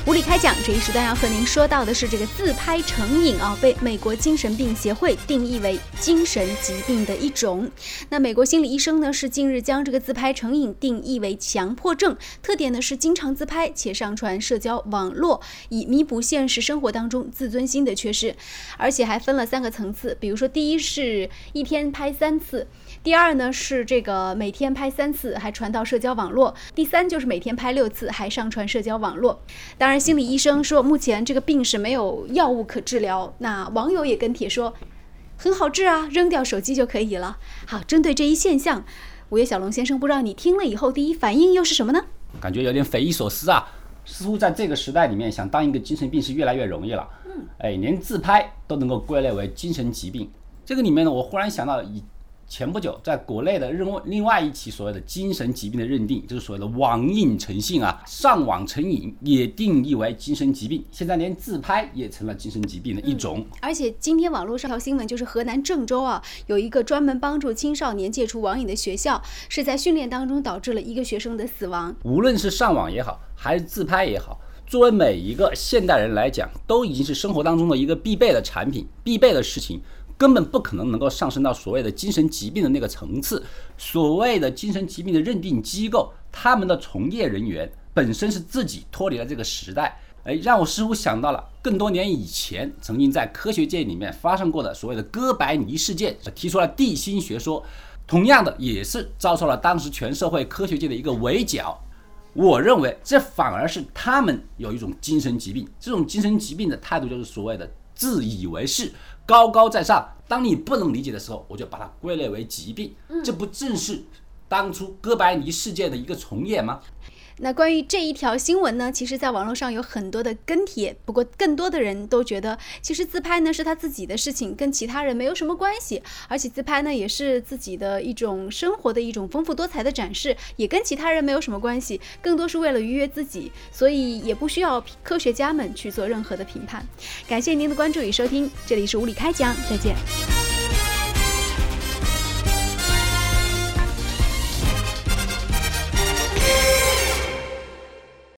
无理开讲这一时段要和您说到的是这个自拍成瘾啊，被美国精神病协会定义为精神疾病的一种。那美国心理医生呢是近日将这个自拍成瘾定义为强迫症，特点呢是经常自拍且上传社交网络，以弥补现实生活当中自尊心的缺失，而且还分了3个层次，比如说第一是一天拍3次，第二呢是这个每天拍3次还传到社交网络，第3就是每天拍6次还上传社交网络。当然心理医生说目前这个病是没有药物可治疗，那网友也跟帖说很好治啊，扔掉手机就可以了。好，针对这一现象，五月小龙先生，不知道你听了以后第一反应又是什么呢？ 感觉有点匪夷所思啊，似乎在这个时代里面想当一个精神病是越来越容易了。连自拍都能够归类为精神疾病。这个里面呢，我忽然想到前不久在国内的另外一起所谓的精神疾病的认定，就是所谓的网瘾成性啊，上网成瘾也定义为精神疾病，现在连自拍也成了精神疾病的一种。 而且今天网络上条新闻就是河南郑州啊，有一个专门帮助青少年戒除网瘾的学校，是在训练当中导致了一个学生的死亡。 无论是上网也好，还是自拍也好，作为每一个现代人来讲，都已经是生活当中的一个必备的产品，必备的事情，根本不可能够上升到所谓的精神疾病的那个层次。所谓的精神疾病的认定机构，他们的从业人员本身是自己脱离了这个时代，让我似乎想到了更多年以前曾经在科学界里面发生过的所谓的哥白尼事件，提出了地心学说，同样的也是遭受了当时全社会科学界的一个围剿。我认为这反而是他们有一种精神疾病，这种精神疾病的态度就是所谓的自以为是，高高在上，当你不能理解的时候，我就把它归类为疾病。这不正是当初哥白尼事件的一个重演吗？ 那关于这一条新闻呢，其实在网络上有很多的跟帖，不过更多的人都觉得其实自拍呢是他自己的事情，跟其他人没有什么关系，而且自拍呢也是自己的一种生活的一种丰富多彩的展示，也跟其他人没有什么关系，更多是为了愉悦自己，所以也不需要科学家们去做任何的评判。感谢您的关注与收听，这里是无理开讲，再见。